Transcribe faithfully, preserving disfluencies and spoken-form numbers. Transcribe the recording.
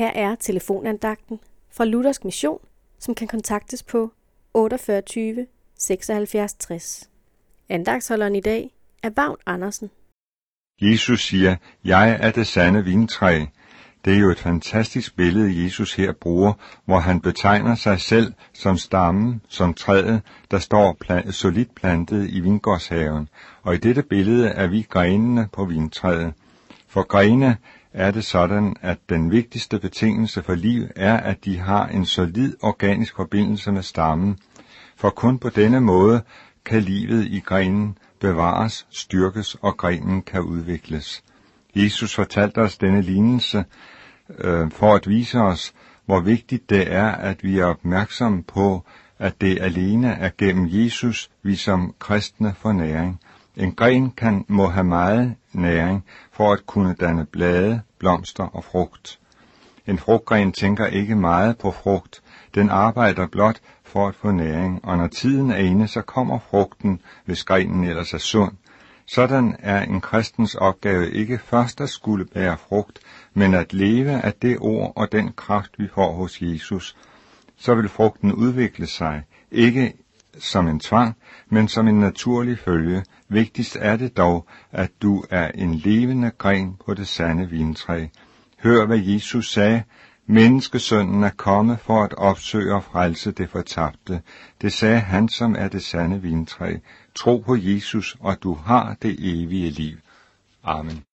Her er telefonandagten fra Luthersk Mission, som kan kontaktes på otteogfyrre tyve seksoghalvfjerds tres. Andagtsholderen i dag er Vagn Andersen. Jesus siger, jeg er det sande vintræ. Det er jo et fantastisk billede, Jesus her bruger, hvor han betegner sig selv som stammen, som træet, der står pla- solidt plantet i vingårdshaven. Og i dette billede er vi grenene på vintræet. For grene er det sådan, at den vigtigste betingelse for liv er, at de har en solid organisk forbindelse med stammen. For kun på denne måde kan livet i grenen bevares, styrkes og grenen kan udvikles. Jesus fortalte os denne lignelse øh, for at vise os, hvor vigtigt det er, at vi er opmærksomme på, at det alene er gennem Jesus, vi som kristne får næring. En gren kan må have meget næring for at kunne danne blade, blomster og frugt. En frugtgren tænker ikke meget på frugt. Den arbejder blot for at få næring, og når tiden er inde, så kommer frugten, hvis grenen ellers er sund. Sådan er en kristens opgave ikke først at skulle bære frugt, men at leve af det ord og den kraft, vi får hos Jesus. Så vil frugten udvikle sig, ikke som en tvang, men som en naturlig følge. Vigtigst er det dog, at du er en levende gren på det sande vintræ. Hør, hvad Jesus sagde. Menneskesønnen er kommet for at opsøge og frelse det fortabte. Det sagde han, som er det sande vintræ. Tro på Jesus, og du har det evige liv. Amen.